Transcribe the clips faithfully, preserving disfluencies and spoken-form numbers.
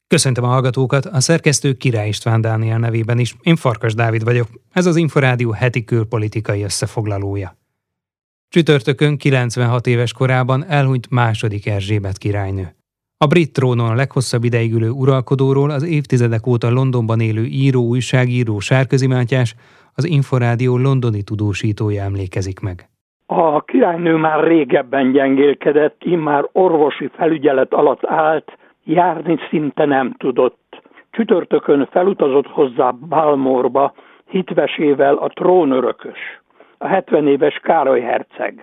Köszöntöm a hallgatókat, a szerkesztő Király István Dániel nevében is. Én Farkas Dávid vagyok, ez az Inforádió heti külpolitikai összefoglalója. Csütörtökön kilencvenhat éves korában elhunyt második Erzsébet királynő. A brit trónon a leghosszabb ideig ülő uralkodóról az évtizedek óta Londonban élő író, újságíró Sárközi Mátyás, az Inforádió londoni tudósítója emlékezik meg. A királynő már régebben gyengélkedett, immár orvosi felügyelet alatt állt, járni szinte nem tudott. Csütörtökön felutazott hozzá Balmoreba hitvesével a trónörökös, a hetven éves Károly herceg.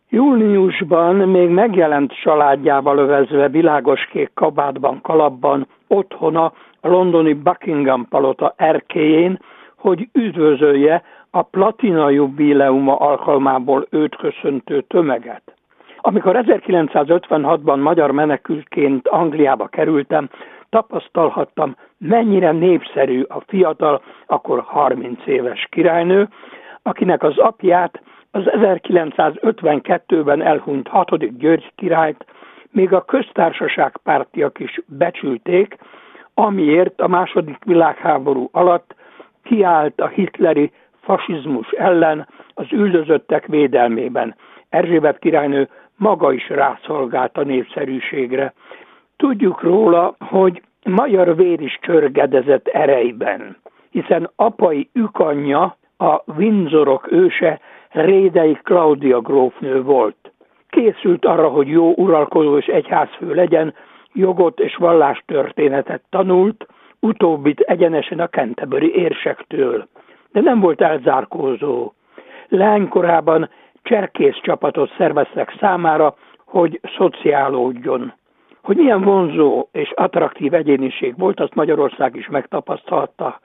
Júniusban még megjelent családjával övezve világoskék kabátban, kalapban, otthona a londoni Buckingham palota erkélyén, hogy üdvözölje a platina jubileuma alkalmából őt köszöntő tömeget. Amikor ezerkilencszázötvenhatban magyar menekültként Angliába kerültem, tapasztalhattam, mennyire népszerű a fiatal, akkor harminc éves királynő, akinek az apját, az ezerkilencszázötvenkettőben elhunyt hatodik György királyt még a köztársaság pártiak is becsülték, amiért a második világháború alatt kiállt a hitleri fasizmus ellen az üldözöttek védelmében. Erzsébet királynő maga is rászolgált a népszerűségre. Tudjuk róla, hogy magyar vér is csörgedezett ereiben, hiszen apai ükanyja, a Windsorok őse, Rédei Klaudia grófnő volt. Készült arra, hogy jó uralkodó és egyházfő legyen, jogot és vallástörténetet tanult, utóbbit egyenesen a Canterbury érsektől. De nem volt elzárkózó. Leánykorában cserkész csapatot szerveztek számára, hogy szociálódjon. Hogy milyen vonzó és attraktív egyéniség volt, azt Magyarország is megtapasztalta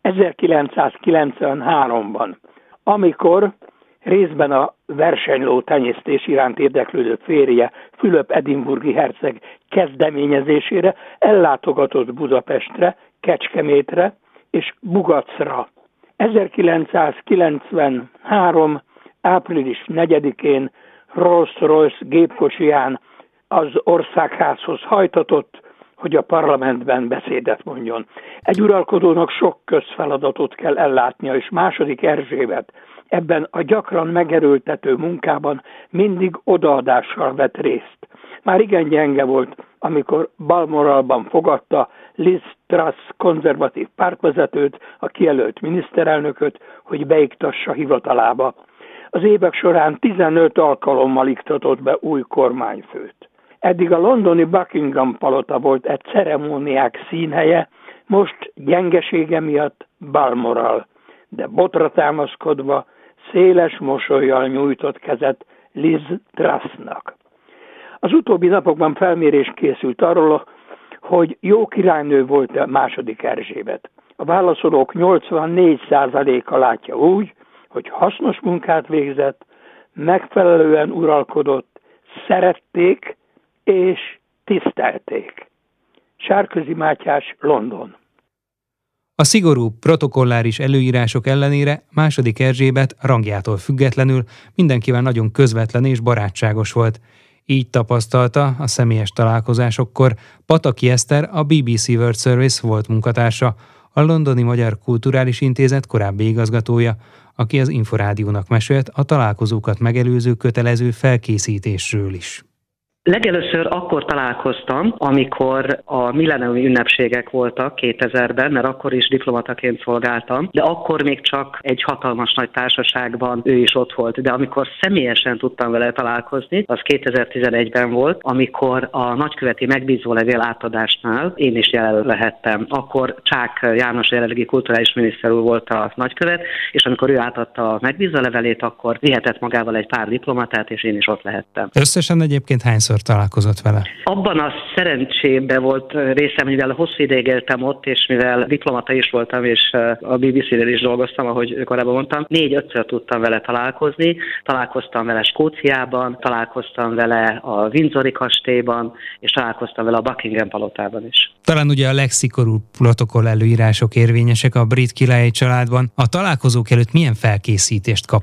ezerkilencszázkilencvenháromban, amikor részben a versenyló tenyésztés iránt érdeklődő férje, Fülöp edinburghi herceg kezdeményezésére ellátogatott Budapestre, Kecskemétre és Bugacra. ezerkilencszázkilencvenhárom. április negyedikén Rolls-Royce gépkocsiján az országházhoz hajtatott, hogy a parlamentben beszédet mondjon. Egy uralkodónak sok közfeladatot kell ellátnia, és második Erzsébet ebben a gyakran megerőltető munkában mindig odaadással vett részt. Már igen gyenge volt, amikor Balmoralban fogadta Liz Truss konzervatív pártvezetőt, a kijelölt miniszterelnököt, hogy beiktassa hivatalába. Az évek során tizenöt alkalommal iktatott be új kormányfőt. Eddig a londoni Buckingham palota volt egy ceremóniák színhelye, most gyengesége miatt Balmoral, de botra támaszkodva széles mosollyal nyújtott kezet Liz Trussnak. Az utóbbi napokban felmérés készült arról, hogy jó királynő volt a második Erzsébet. A válaszolók nyolcvannégy százaléka látja úgy, hogy hasznos munkát végzett, megfelelően uralkodott, szerették és tisztelték. Sárközi Mátyás, London. A szigorú protokolláris előírások ellenére második Erzsébet rangjától függetlenül mindenkivel nagyon közvetlen és barátságos volt. Így tapasztalta a személyes találkozásokkor Pataki Eszter, a bé bé cé World Service volt munkatársa, a Londoni Magyar Kulturális Intézet korábbi igazgatója, aki az Inforádiónak mesélt a találkozókat megelőző kötelező felkészítésről is. Legelőször akkor találkoztam, amikor a milleniumi ünnepségek voltak kétezerben, mert akkor is diplomataként szolgáltam, de akkor még csak egy hatalmas nagy társaságban ő is ott volt. De amikor személyesen tudtam vele találkozni, az kétezer-tizenegyben volt, amikor a nagyköveti megbízólevél átadásnál én is jelen lehettem. Akkor Csák János jelenlegi kulturális miniszter úr volt a nagykövet, és amikor ő átadta a megbízólevelét, akkor vihetett magával egy pár diplomatát, és én is ott lehettem. Összesen egyébként hányszor találkozott vele? Abban a szerencsében volt részem, mivel hosszú ideig éltem ott, és mivel diplomata is voltam, és a bé bé cé-nél is dolgoztam, ahogy korábban mondtam, négy-ötször tudtam vele találkozni. Találkoztam vele Skóciában, találkoztam vele a Windsori kastélyban, és találkoztam vele a Buckingham palotában is. Talán ugye a legszigorúbb protokoll előírások érvényesek a brit királyi családban. A találkozók előtt milyen felkészítést kapott?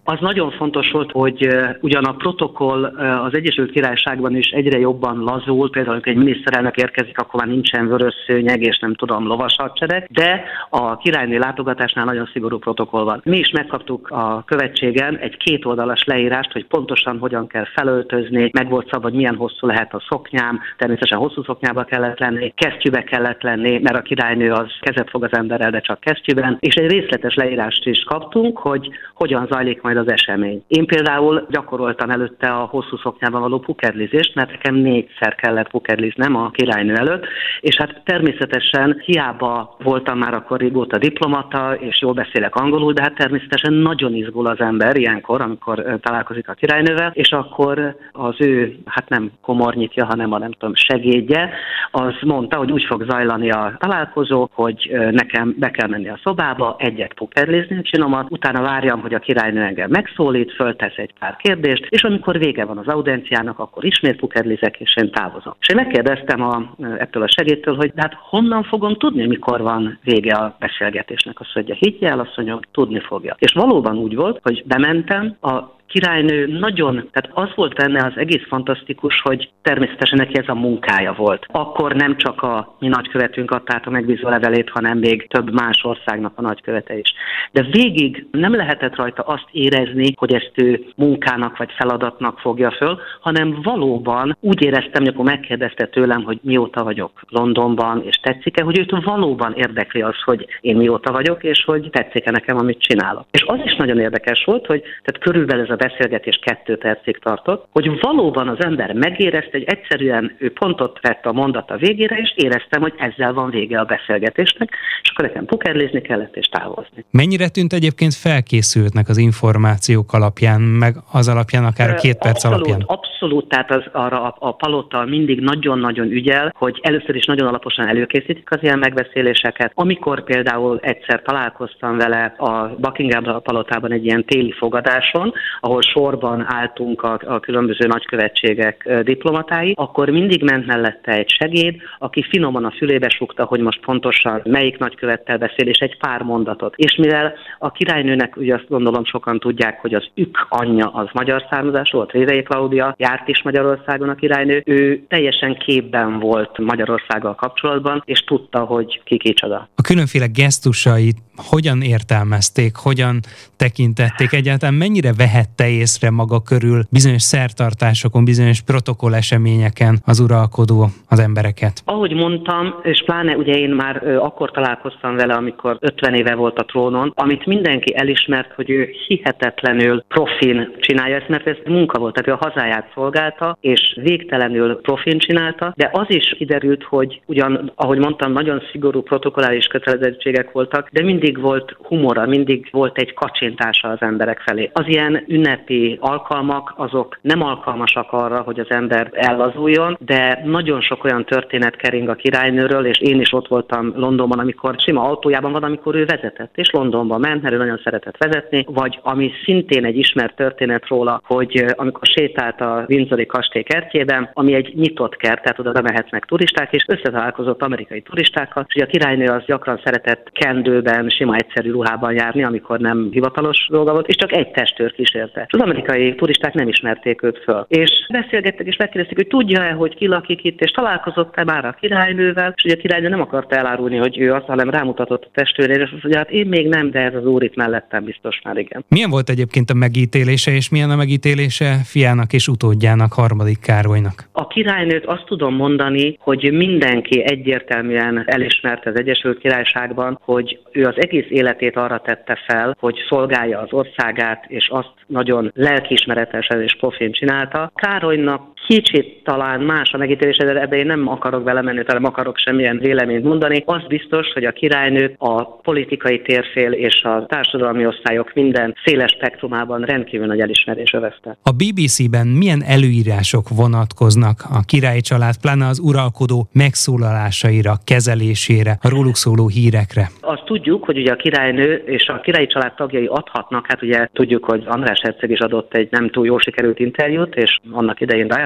Az nagyon fontos volt, hogy ugyan a protokoll az Egyesült Királyságban is egyre jobban lazul, például amikor egy miniszterelnök érkezik, akkor már nincsen vörös szőnyeg és nem tudom, lovas hadsereg, de a királynő látogatásnál nagyon szigorú protokoll van. Mi is megkaptuk a követségen egy kétoldalas leírást, hogy pontosan hogyan kell felöltözni, meg volt szabad, milyen hosszú lehet a szoknyám, természetesen hosszú szoknyába kellett lenni, kesztyűbe kellett lenni, mert a királynő az kezet fog az emberrel, de csak kesztyűben, és egy részletes leírást is kaptunk, hogy hogyan zajlik majd az esemény. Én például gyakoroltam előtte a hosszú szoknyában való pukerlizést, mert nekem négyszer kellett pukerliznem a királynő előtt, és hát természetesen hiába voltam már akkor régóta diplomata, és jól beszélek angolul, de hát természetesen nagyon izgul az ember ilyenkor, amikor találkozik a királynővel, és akkor az ő, hát nem komornyitja, hanem a nem tudom, segédje, az mondta, hogy úgy fog zajlani a találkozó, hogy nekem be kell menni a szobába, egyet pukerlizni csinomat, utána várjam, hogy a királynő engem megszólít, föltesz egy pár kérdést, és amikor vége van az audienciának, akkor ismét pukerlizek, és én távozom. És én megkérdeztem a, ettől a segédtől, hogy hát honnan fogom tudni, mikor van vége a beszélgetésnek. Azt mondja, higgyel, azt mondja, tudni fogja. És valóban úgy volt, hogy bementem, a királynő nagyon, tehát az volt benne az egész fantasztikus, hogy természetesen neki ez a munkája volt. Akkor nem csak a mi nagykövetünk adta át a megbízó levelét, hanem még több más országnak a nagykövete is. De végig nem lehetett rajta azt érezni, hogy ezt ő munkának vagy feladatnak fogja föl, hanem valóban úgy éreztem, hogy akkor megkérdezte tőlem, hogy mióta vagyok Londonban, és tetszik-e, hogy őt valóban érdekli az, hogy én mióta vagyok, és hogy tetszik-e nekem, amit csinálok. És az is nagyon érdekes volt, hogy tehát körülbelül ez a beszélgetés kettő percig tartott, hogy valóban az ember megérezte, hogy egyszerűen ő pontot vett a mondata végére, és éreztem, hogy ezzel van vége a beszélgetésnek, és akkor nekem pukerlizni kellett és távozni. Mennyire tűnt egyébként felkészültnek az információk alapján, meg az alapján, akár a két perc abszolút, alapján? Abszolút, tehát az, arra a, a palota mindig nagyon-nagyon ügyel, hogy először is nagyon alaposan előkészítik az ilyen megbeszéléseket. Amikor például egyszer találkoztam vele a Buckingham palotában egy ilyen téli fogadáson, ahol sorban álltunk a, a különböző nagykövetségek diplomatái, akkor mindig ment mellette egy segéd, aki finoman a fülébe súgta, hogy most pontosan melyik nagykövettel beszél, és egy pár mondatot. És mivel a királynőnek, ugye azt gondolom sokan tudják, hogy az ük anyja az magyar származás volt, Révei Klaudia, járt is Magyarországon a királynő, ő teljesen képben volt Magyarországgal kapcsolatban, és tudta, hogy ki kicsoda. A különféle gesztusait hogyan értelmezték, hogyan tekintették, egyáltalán mennyire vehette észre maga körül bizonyos szertartásokon, bizonyos protokoll eseményeken az uralkodó az embereket? Ahogy mondtam, és pláne ugye én már ö, akkor találkoztam vele, amikor ötven éve volt a trónon, amit mindenki elismert, hogy ő hihetetlenül profin csinálja ezt, mert ez munka volt, tehát ő a hazáját szolgálta, és végtelenül profin csinálta, de az is kiderült, hogy ugyan, ahogy mondtam, nagyon szigorú protokolláris kötelezettségek voltak, de mindig volt humora, mindig volt egy kacsintása az emberek felé. Az ilyen ünnepi alkalmak, azok nem alkalmasak arra, hogy az ember ellazuljon, de nagyon sok olyan történet kering a királynőről, és én is ott voltam Londonban, amikor sima autójában van, amikor ő vezetett, és Londonba ment, mert ő nagyon szeretett vezetni, vagy ami szintén egy ismert történet róla, hogy amikor sétált a Windsori kastély kertjében, ami egy nyitott kert, tehát oda bemehetnek turisták, és összetalálkozott amerikai turistákkal, és a királynő az gyakran szeretett kendőben, sima egyszerű ruhában járni, amikor nem hivatalos dolga volt, és csak egy testőr kísérte. És az amerikai turisták nem ismerték őt föl. És beszélgettek, és megkérdezték, hogy tudja-e, hogy ki lakik itt, és találkozott-e már a királynővel, és ugye a királynő nem akarta elárulni, hogy ő azt, hanem rámutatott a testőrére, és azt mondja, hát én még nem, de ez az úr itt mellettem biztos már igen. Milyen volt egyébként a megítélése, és milyen a megítélése fiának és utódjának, harmadik Károlynak? A királynőt azt tudom mondani, hogy mindenki egyértelműen elismerte az Egyesült Királyságban, hogy ő az egész életét arra tette fel, hogy szolgálja az országát, és azt nagyon lelkiismeretesen és profin csinálta. Károlynak kicsit talán más a megítélése, de ebbe én nem akarok belemenni, tehát nem akarok semmilyen véleményt mondani. Az biztos, hogy a királynőt a politikai térfél és a társadalmi osztályok minden széles spektrumában rendkívül nagy elismerés övezte. A bé bé cében milyen előírások vonatkoznak a királyi család, pláne az uralkodó megszólalásaira, kezelésére, a róluk szóló hírekre? Azt tudjuk, hogy ugye a királynő és a királyi család tagjai adhatnak, hát ugye tudjuk, hogy András herceg is adott egy nem túl jól sikerült interjút, és annak idején Diana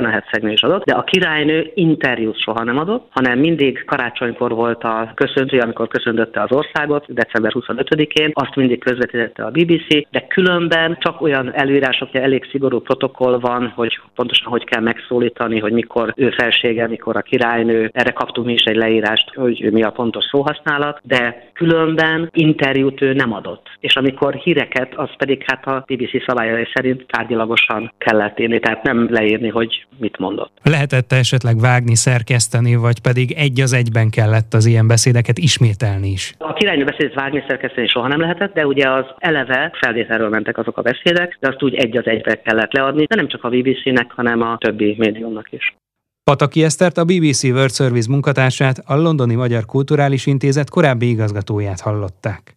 Diana hercegnő is adott, de a királynő interjút soha nem adott, hanem mindig karácsonykor volt a köszöntő, amikor köszöntötte az országot, december huszonötödikén, azt mindig közvetítette a bé bé cé, de különben csak olyan előírások, hogy elég szigorú protokoll van, hogy pontosan hogy kell megszólítani, hogy mikor ő felsége, mikor a királynő. Erre kaptunk mi is egy leírást, hogy mi a pontos szóhasználat, de különben interjút ő nem adott. És amikor híreket, az pedig hát a bé bé cé szabályai szerint tárgyilagosan kellett írni, tehát nem leírni, hogy mit mondott. Lehetett esetleg vágni, szerkeszteni, vagy pedig egy az egyben kellett az ilyen beszédeket ismételni is? A királynő beszédét vágni, szerkeszteni soha nem lehetett, de ugye az eleve felvételről mentek azok a beszédek, de azt úgy egy az egyben kellett leadni, de nem csak a bé bé cének, hanem a többi médiumnak is. Pataki Esztert, a bé bé cé World Service munkatársát, a Londoni Magyar Kulturális Intézet korábbi igazgatóját hallották.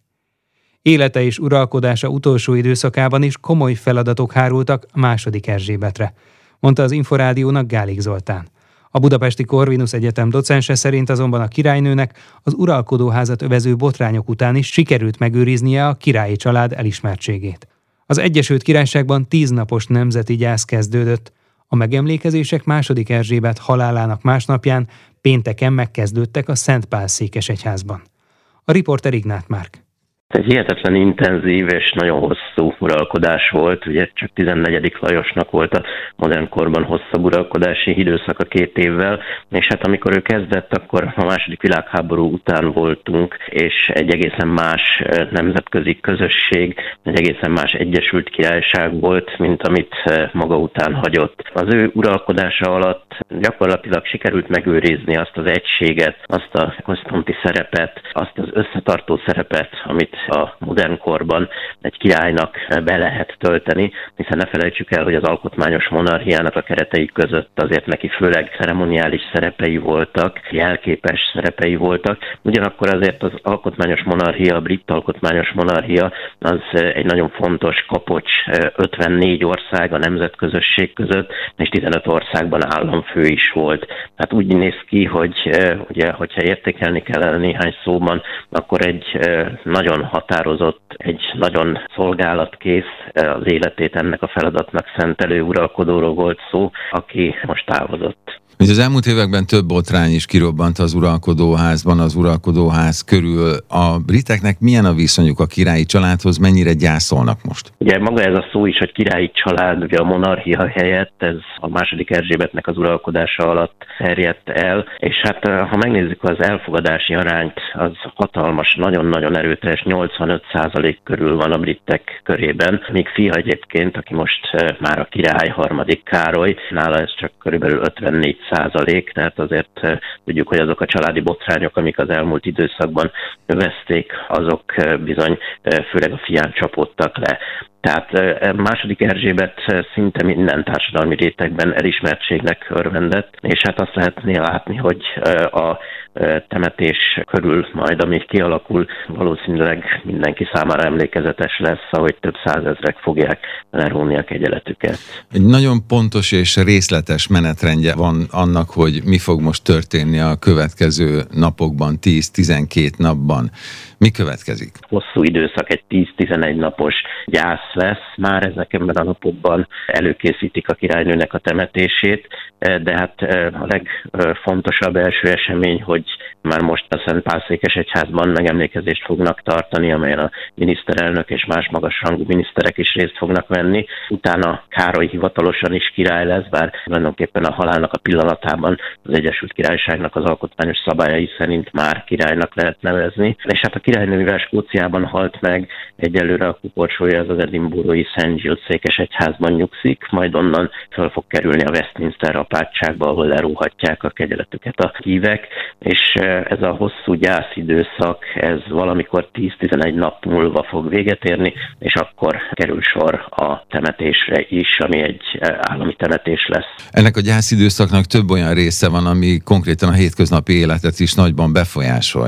Élete és uralkodása utolsó időszakában is komoly feladatok hárultak második Erzsébetre, mondta az Inforádiónak Gálik Zoltán. A Budapesti Corvinus Egyetem docense szerint azonban a királynőnek az uralkodóházat övező botrányok után is sikerült megőriznie a királyi család elismertségét. Az Egyesült Királyságban tíznapos nemzeti gyász kezdődött. A megemlékezések második Erzsébet halálának másnapján pénteken megkezdődtek a Szentpál-székesegyházban. A riporter Ignát Márk. Egy hihetetlen intenzív és nagyon hosszú uralkodás volt, ugye csak tizennegyedik Lajosnak volt a modern korban hosszabb uralkodási időszaka két évvel, és hát amikor ő kezdett, akkor a második világháború után voltunk, és egy egészen más nemzetközi közösség, egy egészen más Egyesült Királyság volt, mint amit maga után hagyott. Az ő uralkodása alatt gyakorlatilag sikerült megőrizni azt az egységet, azt a központi szerepet, azt az összetartó szerepet, amit a modern korban egy királynak be lehet tölteni, hiszen ne felejtsük el, hogy az alkotmányos monarchiának a keretei között azért neki főleg ceremoniális szerepei voltak, jelképes szerepei voltak, ugyanakkor azért az alkotmányos monarchia, a brit alkotmányos monarchia az egy nagyon fontos kapocs, ötvennégy ország a nemzetközösség között, és tizenöt országban államfő is volt. Tehát úgy néz ki, hogy ugye, hogyha értékelni kellene néhány szóban, akkor egy nagyon határozott, egy nagyon szolgálatkész, az életét ennek a feladatnak szentelő uralkodóról volt szó, aki most távozott. Az elmúlt években több botrány is kirobbant az uralkodóházban, az uralkodóház körül. A briteknek milyen a viszonyuk a királyi családhoz, mennyire gyászolnak most? Ugye maga ez a szó is, hogy királyi család, ugye a monarchia helyett, ez a második Erzsébetnek az uralkodása alatt terjedt el, és hát ha megnézzük az elfogadási arányt, az hatalmas, nagyon-nagyon erőteljes, nyolcvanöt százalék körül van a britek körében, míg fia egyébként, aki most már a király, harmadik Károly, nála ez csak körülbelül ötvennégy százalék, tehát azért tudjuk, hogy azok a családi botrányok, amik az elmúlt időszakban övezték, azok bizony főleg a fián csapódtak le. Tehát második Erzsébet szinte minden társadalmi rétegben elismertségnek örvendett, és hát azt lehetné látni, hogy a temetés körül majd, ami kialakul, valószínűleg mindenki számára emlékezetes lesz, ahogy több százezrek fogják leróni a kegyeletüket. Egy nagyon pontos és részletes menetrendje van annak, hogy mi fog most történni a következő napokban, tíz-tizenkét napban. Mi következik? Hosszú időszak, egy tíz-tizenegy napos gyász lesz. Már ezekben a napokban előkészítik a királynőnek a temetését, de hát a legfontosabb első esemény, hogy már most a Szentpál-székesegyházban megemlékezést fognak tartani, amelyen a miniszterelnök és más magasrangú miniszterek is részt fognak venni. Utána Károly hivatalosan is király lesz, bár tulajdonképpen a halálnak a pillanatában az Egyesült Királyságnak az alkotmányos szabályai szerint már királynak lehet nevezni. És hát a királynő, mivel Skóciában halt meg, egyelőre a kuporsója az az edinburghi Szent Giles székesegyházban nyugszik, majd onnan fel fog kerülni a Westminster apátságba, ahol leróhatják a kegyeletüket a hívek, és ez a hosszú gyászidőszak, ez valamikor tíz-tizenegy nap múlva fog véget érni, és akkor kerül sor a temetésre is, ami egy állami temetés lesz. Ennek a gyászidőszaknak több olyan része van, ami konkrétan a hétköznapi életet is nagyban befolyásolja.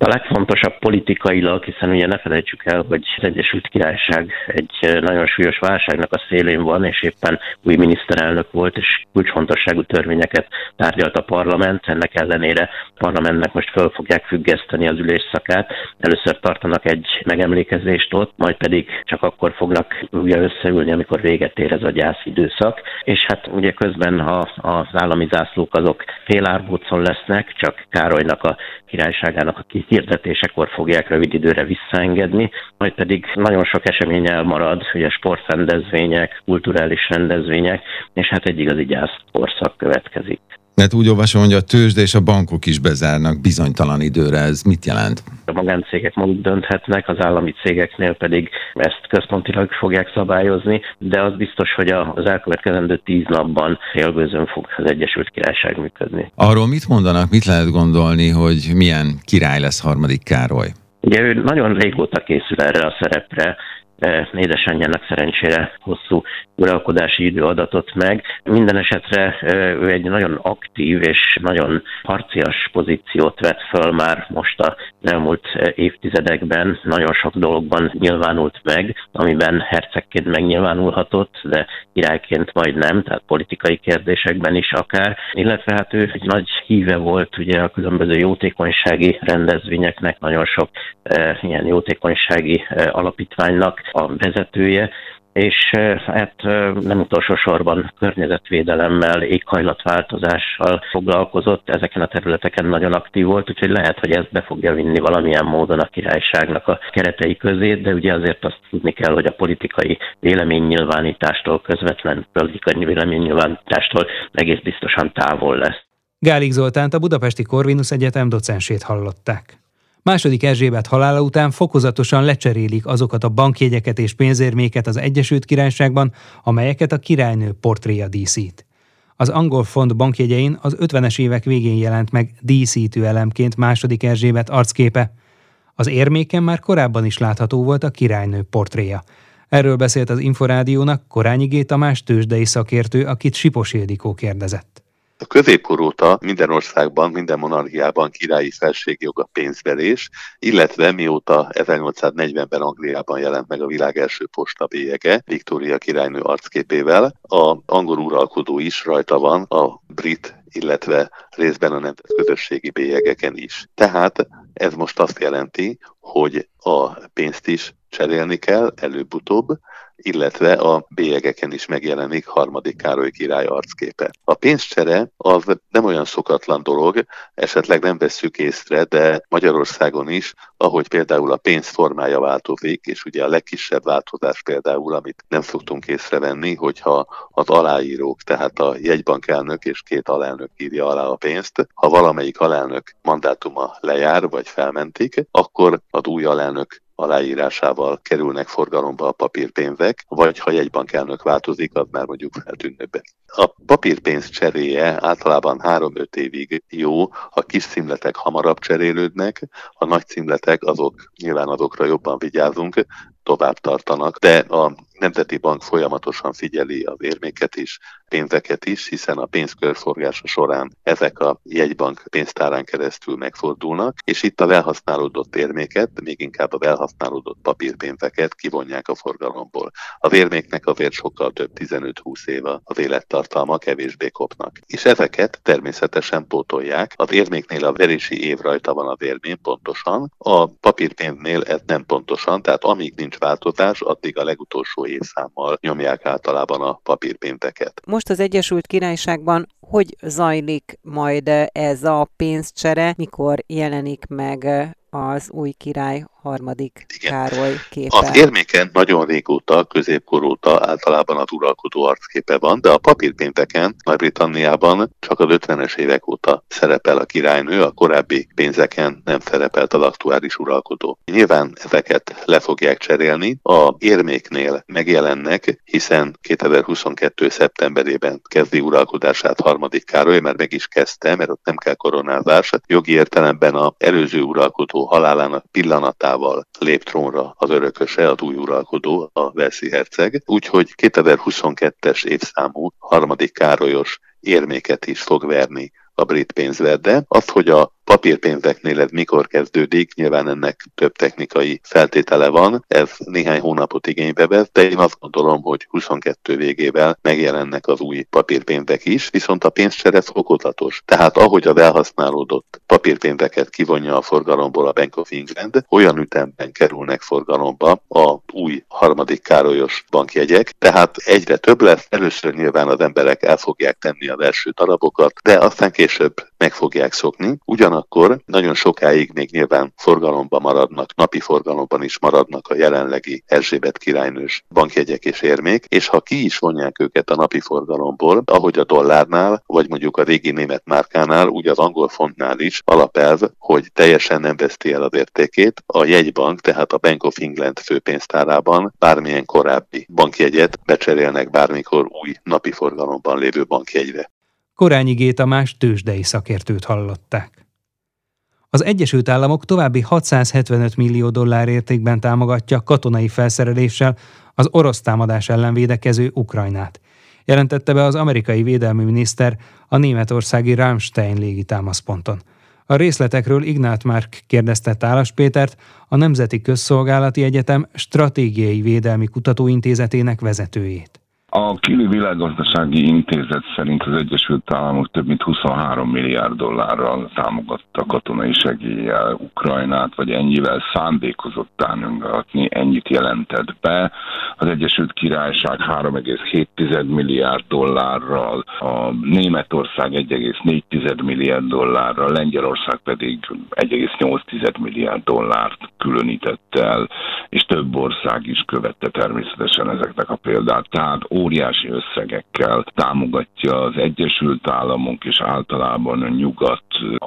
A legfontosabb politikailag, hiszen ugye ne felejtsük el, hogy az Egyesült Királyság egy nagyon súlyos válságnak a szélén van, és éppen új miniszterelnök volt, és kulcsfontosságú törvényeket tárgyalt a parlament. Ennek ellenére a parlamentnek most föl fogják függeszteni az ülésszakát. Először tartanak egy megemlékezést ott, majd pedig csak akkor fognak újra összeülni, amikor véget ér ez a gyászidőszak. És hát ugye közben ha az állami zászlók azok félárbócon lesznek, csak Károlynak a királyságának a hirdetésekor fogják rövid időre visszaengedni, majd pedig nagyon sok esemény elmarad, ugye sportrendezvények, kulturális rendezvények, és hát egy igazi gyászkorszak következik. Mert úgy olvasom, hogy a tőzsde és a bankok is bezárnak bizonytalan időre. Ez mit jelent? A magáncégek maguk dönthetnek, az állami cégeknél pedig ezt központilag fogják szabályozni, de az biztos, hogy az elkövetkezendő tíz napban élgőzön fog az Egyesült Királyság működni. Arról mit mondanak, mit lehet gondolni, hogy milyen király lesz harmadik Károly? Ugye ő nagyon régóta készül erre a szerepre, édesanyjának szerencsére hosszú uralkodási idő adatott meg. Minden esetre ő egy nagyon aktív és nagyon harcias pozíciót vett föl már most az elmúlt évtizedekben. Nagyon sok dologban nyilvánult meg, amiben hercegként megnyilvánulhatott, de királyként majd nem, tehát politikai kérdésekben is akár. Illetve hát ő egy nagy híve volt ugye a különböző jótékonysági rendezvényeknek, nagyon sok e, ilyen jótékonysági e, alapítványnak a vezetője, és hát nem utolsó sorban környezetvédelemmel, éghajlatváltozással foglalkozott, ezeken a területeken nagyon aktív volt, úgyhogy lehet, hogy ezt be fogja vinni valamilyen módon a királyságnak a keretei közé, de ugye azért azt tudni kell, hogy a politikai véleménynyilvánítástól, közvetlen politikai véleménynyilvánítástól egész biztosan távol lesz. Gálik Zoltánt, a Budapesti Corvinus Egyetem docensét hallották. Második Erzsébet halála után fokozatosan lecserélik azokat a bankjegyeket és pénzérméket az Egyesült Királyságban, amelyeket a királynő portréja díszít. Az angol font bankjegyein az ötvenes évek végén jelent meg díszítő elemként második Erzsébet arcképe. Az érméken már korábban is látható volt a királynő portréja. Erről beszélt az Inforádiónak Korányi G. Tamás tőzsdei szakértő, akit Sipos Ildikó kérdezett. A középkor óta minden országban, minden monarchiában királyi felségjog a pénzverés, illetve mióta ezernyolcszáznegyvenben Angliában jelent meg a világ első postabélyege, Viktória királynő arcképével, az angol uralkodó is rajta van a brit, illetve részben a nemzetközösségi bélyegeken is. Tehát ez most azt jelenti, hogy a pénzt is cserélni kell előbb-utóbb, illetve a bélyegeken is megjelenik harmadik Károly király arcképe. A pénzcsere az nem olyan szokatlan dolog, esetleg nem vesszük észre, de Magyarországon is, ahogy például a pénz formája változik, és ugye a legkisebb változás például, amit nem szoktunk észrevenni, hogyha az aláírók, tehát a jegybankelnök és két alelnök írja alá a pénzt, ha valamelyik alelnök mandátuma lejár vagy felmentik, akkor az új alelnök aláírásával kerülnek forgalomba a papírpénzek, vagy ha jegybankelnök változik, az már mondjuk feltűnőbe. A papírpénz cseréje általában három-öt évig jó, a kis címletek hamarabb cserélődnek, a nagy címletek azok, nyilván azokra jobban vigyázunk, tovább tartanak, de a Nemzeti Bank folyamatosan figyeli az érméket is, pénzeket is, hiszen a pénz körforgása során ezek a jegybank pénztárán keresztül megfordulnak, és itt a elhasználódott érméket, még inkább a elhasználódott papírpénzeket kivonják a forgalomból. Az érméknek azért sokkal több, tizenöt-húsz év az élettartalma, kevésbé kopnak. És ezeket természetesen pótolják. Az érméknél a verési év rajta van az érmén pontosan, a papírpénznél ez nem pontosan, tehát amíg nincs változás, addig a legutolsó évszámmal nyomják általában a papírpénteket. Most az Egyesült Királyságban hogy zajlik majd ez a pénzcsere, mikor jelenik meg az új király harmadik Igen. Károly képe? Az érméken nagyon régóta, középkor óta általában az uralkodó arcképe van, de a papírpénteken Nagy-Britanniában csak az ötvenes évek óta szerepel a királynő, a korábbi pénzeken nem szerepelt az aktuális uralkodó. Nyilván ezeket le fogják cserélni, a érméknél megjelennek, hiszen kétezer-huszonkettő szeptemberében kezdi uralkodását harmadik Károly, mert meg is kezdte, mert ott nem kell koronázás. Jogi értelemben az előző uralkodó halálának pillanatával lép trónra az örököse, az új uralkodó, a walesi herceg. Úgyhogy kétezer-huszonkettes évszámú harmadik Károlyos érméket is fog verni a brit pénzverde. Az, hogy a papírpénzeknél ez mikor kezdődik, nyilván ennek több technikai feltétele van, ez néhány hónapot igénybe vesz, de én azt gondolom, hogy huszonkettő végével megjelennek az új papírpénzek is, viszont a pénzcsere fokozatos. Tehát ahogy az elhasználódott papírpénzeket kivonja a forgalomból a Bank of England, olyan ütemben kerülnek forgalomba a új harmadik Károlyos bankjegyek, tehát egyre több lesz, először nyilván az emberek el fogják tenni az első darabokat, de aztán később meg fogják szokni. Ugyanakkor nagyon sokáig még nyilván forgalomban maradnak, napi forgalomban is maradnak a jelenlegi Erzsébet királynős bankjegyek és érmék, és ha ki is vonják őket a napi forgalomból, ahogy a dollárnál, vagy mondjuk a régi német márkánál, úgy az angol fontnál is alapelv, hogy teljesen nem veszti el az értékét, a jegybank, tehát a Bank of England főpénztárában bármilyen korábbi bankjegyet becserélnek bármikor új napi forgalomban lévő bankjegyre. Korányi G. Tamás tőzsdei szakértőt hallották. Az Egyesült Államok további hatszázhetvenöt millió dollár értékben támogatja katonai felszereléssel az orosz támadás ellen védekező Ukrajnát, jelentette be az amerikai védelmi miniszter a németországi Ramstein légitámaszponton. A részletekről Ignát Márk kérdezte Tálas Pétert, a Nemzeti Közszolgálati Egyetem Stratégiai Védelmi Kutatóintézetének vezetőjét. A Kili Világgazdasági Intézet szerint az Egyesült Államok több mint huszonhárom milliárd dollárral támogatta katonai segéllyel Ukrajnát, vagy ennyivel szándékozott támogatni, ennyit jelentett be. Az Egyesült Királyság három egész hét milliárd dollárral, a Németország egy egész négy milliárd dollárral, Lengyelország pedig egy egész nyolc milliárd dollárt különített el, és több ország is követte természetesen ezeknek a példát. Tehát óriási összegekkel támogatja az Egyesült Államok és általában a nyugat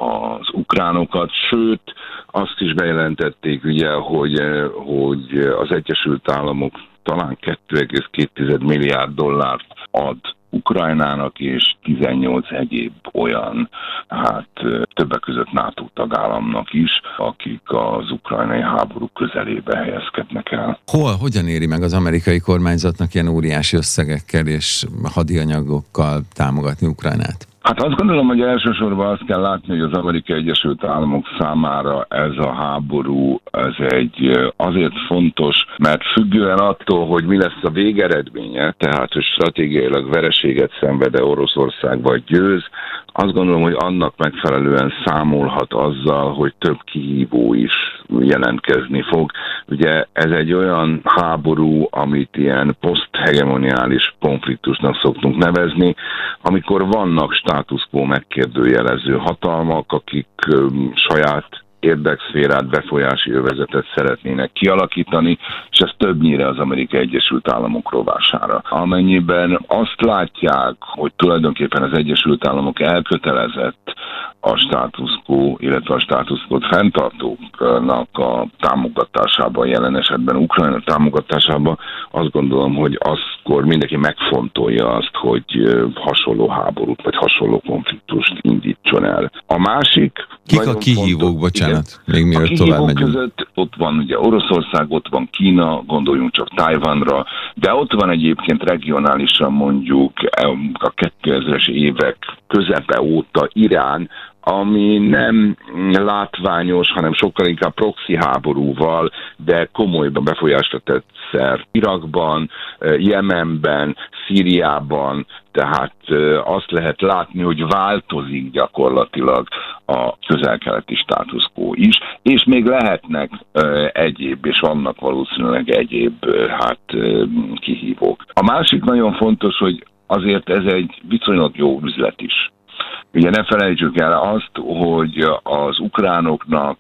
az ukránokat, sőt azt is bejelentették ugye, hogy, hogy az Egyesült Államok talán két egész két milliárd dollárt ad Ukrajnának és tizennyolc egyéb olyan, hát többek között NATO tagállamnak is, akik az ukrajnai háború közelébe helyezkednek el. Hol, hogyan éri meg az amerikai kormányzatnak ilyen óriási összegekkel és hadianyagokkal támogatni Ukrajnát? Hát azt gondolom, hogy elsősorban azt kell látni, hogy az Amerikai Egyesült Államok számára ez a háború ez egy azért fontos, mert függően attól, hogy mi lesz a végeredménye, tehát hogy stratégiailag vereséget szenved-e Oroszország vagy győz, azt gondolom, hogy annak megfelelően számolhat azzal, hogy több kihívó is jelentkezni fog. Ugye ez egy olyan háború, amit ilyen poszthegemoniális konfliktusnak szoktunk nevezni, amikor vannak status quo megkérdőjelező hatalmak, akik um, saját érdekszférát, befolyási övezetet szeretnének kialakítani, és ez többnyire az Amerikai Egyesült Államok rovására. Amennyiben azt látják, hogy tulajdonképpen az Egyesült Államok elkötelezett a status quo, illetve a status quo-t fenntartóknak a támogatásában, jelen esetben Ukrajna támogatásában, azt gondolom, hogy azkor mindenki megfontolja azt, hogy hasonló háborút, vagy hasonló konfliktust indítson el. A másik... Kik a kihívók, fontos, bocsánat, igen, még miatt tovább megyünk. A kihívók között ott van ugye Oroszország, ott van Kína, gondoljunk csak Tajvanra, de ott van egyébként regionálisan mondjuk a kétezres évek közepe óta Irán, ami nem látványos, hanem sokkal inkább proxy háborúval, de komolyban befolyásra tett szert Irakban, Jemenben, Szíriában, tehát azt lehet látni, hogy változik gyakorlatilag a közel-keleti status quo is, és még lehetnek egyéb, és vannak valószínűleg egyéb hát kihívók. A másik nagyon fontos, hogy azért ez egy viszonylag jó üzlet is. Ugye ne felejtsük el azt, hogy az ukránoknak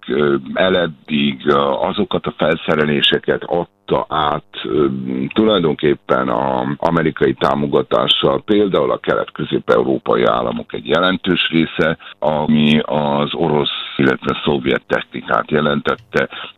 eleddig azokat a felszereléseket adta át tulajdonképpen az amerikai támogatással, például a kelet-közép-európai államok egy jelentős része, ami az orosz, illetve szovjet technikát jelentette.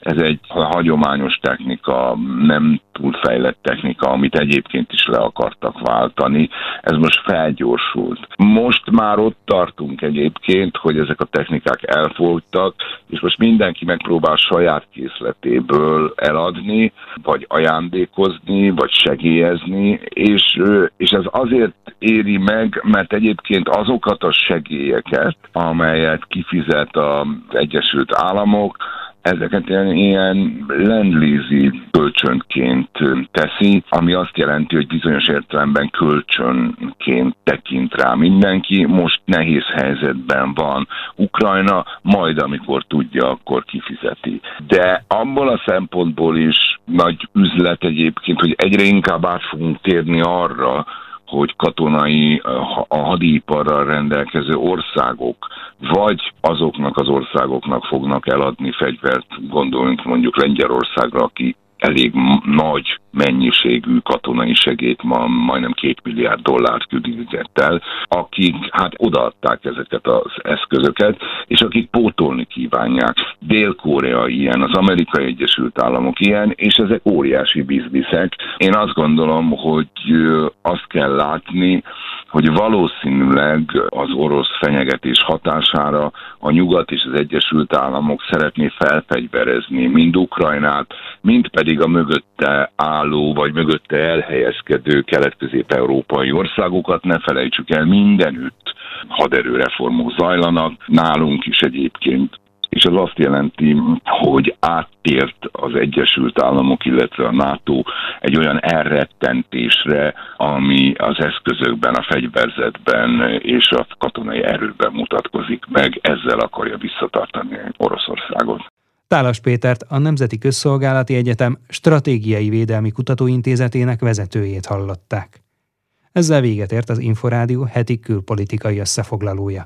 ez egy hagyományos technika, nem túlfejlett technika, amit egyébként is le akartak váltani. Ez most felgyorsult. Most már ott tartunk egyébként, hogy ezek a technikák elfogytak, és most mindenki megpróbál saját készletéből eladni, vagy ajándékozni, vagy segélyezni, és, és ez azért éri meg, mert egyébként azokat a segélyeket, amelyet kifizet az Egyesült Államok, ezeket ilyen, ilyen lend-lease-i kölcsönként teszi, ami azt jelenti, hogy bizonyos értelemben kölcsönként tekint rá mindenki. Most nehéz helyzetben van Ukrajna, majd amikor tudja, akkor kifizeti. De abból a szempontból is nagy üzlet egyébként, hogy egyre inkább át fogunk térni arra, hogy katonai, a hadiiparral rendelkező országok, vagy azoknak az országoknak fognak eladni fegyvert, gondoljunk mondjuk Lengyelországra, aki elég nagy mennyiségű katonai segélyt, ma majdnem két milliárd dollárt küldött el, akik hát odaadták ezeket az eszközöket, és akik pótolni kívánják. Dél-Korea ilyen, az Amerikai Egyesült Államok ilyen, és ezek óriási bizniszek. Én azt gondolom, hogy azt kell látni, hogy valószínűleg az orosz fenyegetés hatására a Nyugat és az Egyesült Államok szeretné felfegyverezni mind Ukrajnát, mind pedig a mögötte álló, vagy mögötte elhelyezkedő kelet-közép-európai országokat. Ne felejtsük el, mindenütt haderőreformok zajlanak, nálunk is egyébként. És ez azt jelenti, hogy áttért az Egyesült Államok, illetve a NATO egy olyan elrettentésre, ami az eszközökben, a fegyverzetben és a katonai erőben mutatkozik meg, ezzel akarja visszatartani Oroszországot. Tálas Pétert, a Nemzeti Közszolgálati Egyetem Stratégiai Védelmi Kutatóintézetének vezetőjét hallották. Ezzel véget ért az Inforádió heti külpolitikai összefoglalója.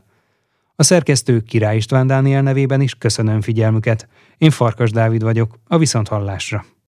A szerkesztő Király István Dániel nevében is köszönöm figyelmüket. Én Farkas Dávid vagyok, a viszonthallásra.